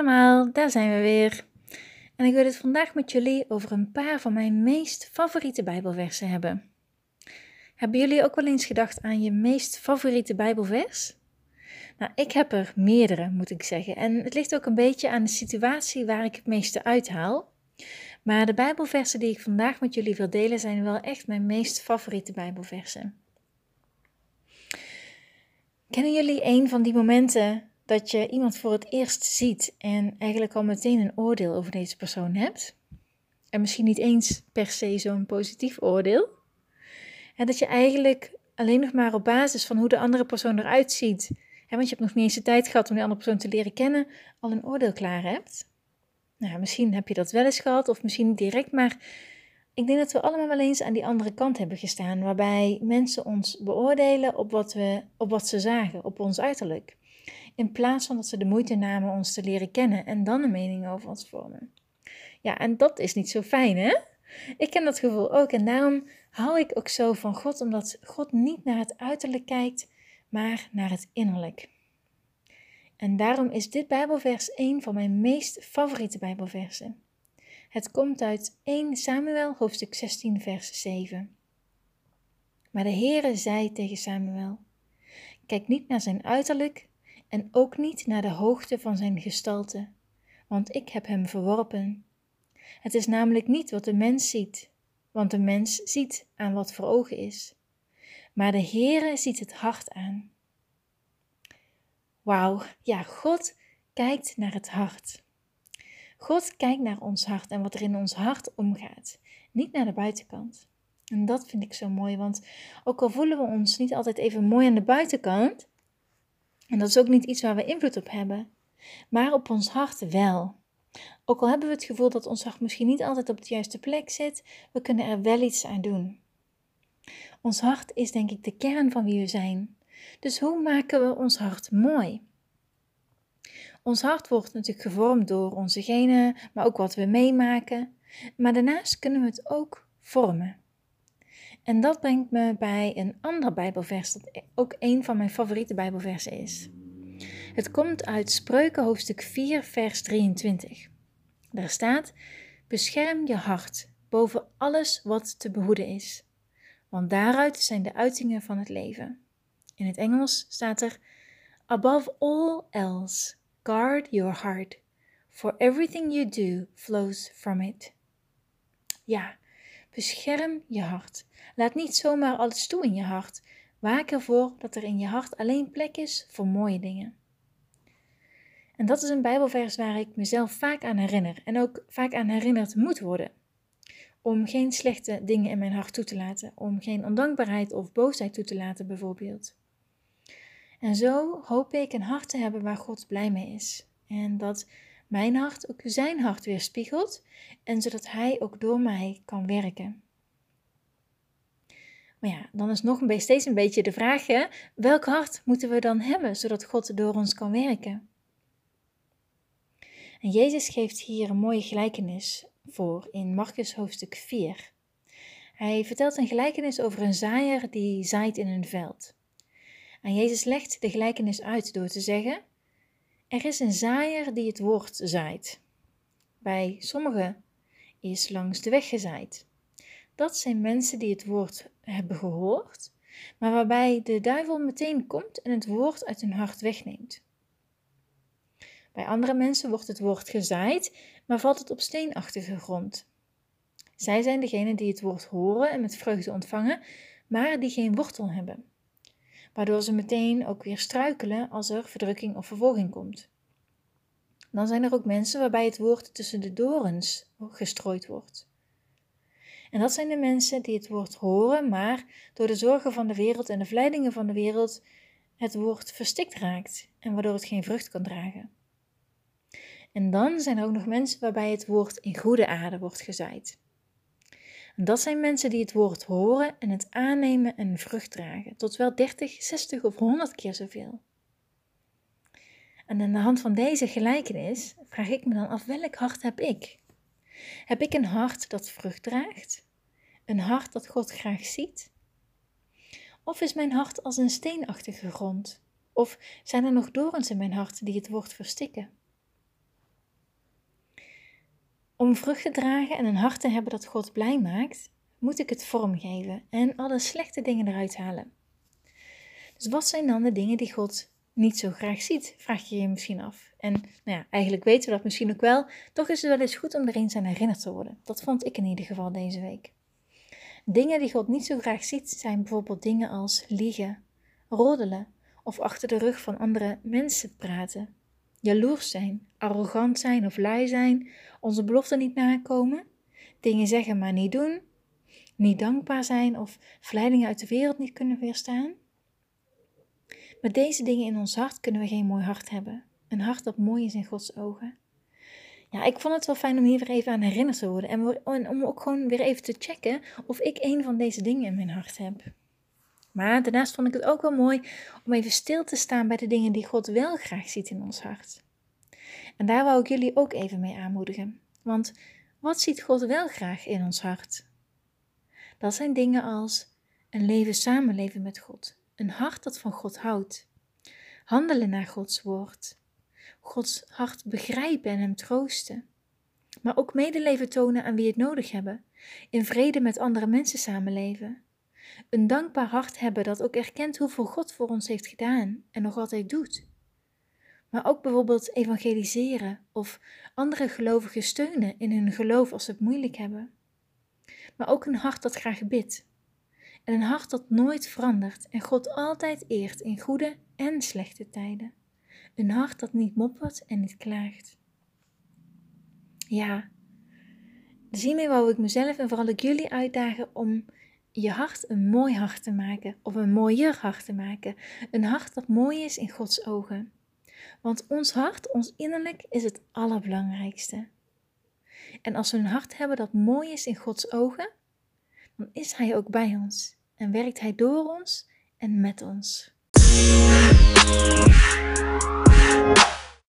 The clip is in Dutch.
allemaal, daar zijn we weer. En ik wil het vandaag met jullie over een paar van mijn meest favoriete Bijbelversen hebben. Hebben jullie ook wel eens gedacht aan je meest favoriete Bijbelvers? Nou, ik heb er meerdere, moet ik zeggen. En het ligt ook een beetje aan de situatie waar ik het meeste uithaal. Maar de Bijbelversen die ik vandaag met jullie wil delen zijn wel echt mijn meest favoriete Bijbelversen. Kennen jullie een van die momenten dat je iemand voor het eerst ziet en eigenlijk al meteen een oordeel over deze persoon hebt? En misschien niet eens per se zo'n positief oordeel. En dat je eigenlijk alleen nog maar op basis van hoe de andere persoon eruit ziet, want je hebt nog niet eens de tijd gehad om die andere persoon te leren kennen, al een oordeel klaar hebt. Nou, misschien heb je dat wel eens gehad of misschien niet direct, maar ik denk dat we allemaal wel eens aan die andere kant hebben gestaan, waarbij mensen ons beoordelen op wat ze zagen, op ons uiterlijk. In plaats van dat ze de moeite namen ons te leren kennen en dan een mening over ons vormen. Ja, en dat is niet zo fijn, hè? Ik ken dat gevoel ook en daarom hou ik ook zo van God, omdat God niet naar het uiterlijk kijkt, maar naar het innerlijk. En daarom is dit Bijbelvers een van mijn meest favoriete Bijbelversen. Het komt uit 1 Samuel, hoofdstuk 16, vers 7. Maar de Heere zei tegen Samuel: kijk niet naar zijn uiterlijk en ook niet naar de hoogte van zijn gestalte, want ik heb hem verworpen. Het is namelijk niet wat de mens ziet, want de mens ziet aan wat voor ogen is. Maar de Heere ziet het hart aan. Wauw, ja, God kijkt naar het hart. God kijkt naar ons hart en wat er in ons hart omgaat, niet naar de buitenkant. En dat vind ik zo mooi, want ook al voelen we ons niet altijd even mooi aan de buitenkant, en dat is ook niet iets waar we invloed op hebben, maar op ons hart wel. Ook al hebben we het gevoel dat ons hart misschien niet altijd op de juiste plek zit, we kunnen er wel iets aan doen. Ons hart is denk ik de kern van wie we zijn. Dus hoe maken we ons hart mooi? Ons hart wordt natuurlijk gevormd door onze genen, maar ook wat we meemaken. Maar daarnaast kunnen we het ook vormen. En dat brengt me bij een ander Bijbelvers dat ook een van mijn favoriete Bijbelversen is. Het komt uit Spreuken hoofdstuk 4 vers 23. Daar staat: bescherm je hart boven alles wat te behoeden is, want daaruit zijn de uitingen van het leven. In het Engels staat er: above all else, guard your heart, for everything you do flows from it. Ja, bescherm je hart. Laat niet zomaar alles toe in je hart. Waak ervoor dat er in je hart alleen plek is voor mooie dingen. En dat is een Bijbelvers waar ik mezelf vaak aan herinner en ook vaak aan herinnerd moet worden. Om geen slechte dingen in mijn hart toe te laten, om geen ondankbaarheid of boosheid toe te laten bijvoorbeeld. En zo hoop ik een hart te hebben waar God blij mee is. En dat mijn hart ook zijn hart weerspiegelt en zodat hij ook door mij kan werken. Maar ja, dan is nog steeds een beetje de vraag, hè? Welk hart moeten we dan hebben zodat God door ons kan werken? En Jezus geeft hier een mooie gelijkenis voor in Marcus hoofdstuk 4. Hij vertelt een gelijkenis over een zaaier die zaait in een veld. En Jezus legt de gelijkenis uit door te zeggen: er is een zaaier die het woord zaait. Bij sommigen is langs de weg gezaaid. Dat zijn mensen die het woord hebben gehoord, maar waarbij de duivel meteen komt en het woord uit hun hart wegneemt. Bij andere mensen wordt het woord gezaaid, maar valt het op steenachtige grond. Zij zijn degenen die het woord horen en met vreugde ontvangen, maar die geen wortel hebben, waardoor ze meteen ook weer struikelen als er verdrukking of vervolging komt. Dan zijn er ook mensen waarbij het woord tussen de dorens gestrooid wordt. En dat zijn de mensen die het woord horen, maar door de zorgen van de wereld en de verleidingen van de wereld het woord verstikt raakt en waardoor het geen vrucht kan dragen. En dan zijn er ook nog mensen waarbij het woord in goede aarde wordt gezaaid. En dat zijn mensen die het woord horen en het aannemen en vrucht dragen, tot wel 30, 60 of 100 keer zoveel. En aan de hand van deze gelijkenis vraag ik me dan af, welk hart heb ik? Heb ik een hart dat vrucht draagt? Een hart dat God graag ziet? Of is mijn hart als een steenachtige grond? Of zijn er nog dorens in mijn hart die het woord verstikken? Om vrucht te dragen en een hart te hebben dat God blij maakt, moet ik het vormgeven en alle slechte dingen eruit halen. Dus wat zijn dan de dingen die God niet zo graag ziet, vraag je je misschien af. En eigenlijk weten we dat misschien ook wel, toch is het wel eens goed om er eens aan herinnerd te worden. Dat vond ik in ieder geval deze week. Dingen die God niet zo graag ziet zijn bijvoorbeeld dingen als liegen, roddelen of achter de rug van andere mensen praten. Jaloers zijn, arrogant zijn of lui zijn, onze beloften niet nakomen, dingen zeggen maar niet doen, niet dankbaar zijn of verleidingen uit de wereld niet kunnen weerstaan. Met deze dingen in ons hart kunnen we geen mooi hart hebben. Een hart dat mooi is in Gods ogen. Ja, ik vond het wel fijn om hier weer even aan herinnerd te worden. En om ook gewoon weer even te checken of ik een van deze dingen in mijn hart heb. Maar daarnaast vond ik het ook wel mooi om even stil te staan bij de dingen die God wel graag ziet in ons hart. En daar wou ik jullie ook even mee aanmoedigen. Want wat ziet God wel graag in ons hart? Dat zijn dingen als een leven samenleven met God. Een hart dat van God houdt. Handelen naar Gods woord. Gods hart begrijpen en hem troosten. Maar ook medeleven tonen aan wie het nodig hebben. In vrede met andere mensen samenleven. Een dankbaar hart hebben dat ook erkent hoeveel God voor ons heeft gedaan en nog altijd doet. Maar ook bijvoorbeeld evangeliseren of andere gelovigen steunen in hun geloof als ze het moeilijk hebben. Maar ook een hart dat graag bidt. En een hart dat nooit verandert en God altijd eert in goede en slechte tijden. Een hart dat niet moppert en niet klaagt. Ja, dus hiermee wou ik mezelf en vooral ook jullie uitdagen om je hart een mooi hart te maken. Of een mooier hart te maken. Een hart dat mooi is in Gods ogen. Want ons hart, ons innerlijk, is het allerbelangrijkste. En als we een hart hebben dat mooi is in Gods ogen, dan is Hij ook bij ons. En werkt Hij door ons en met ons.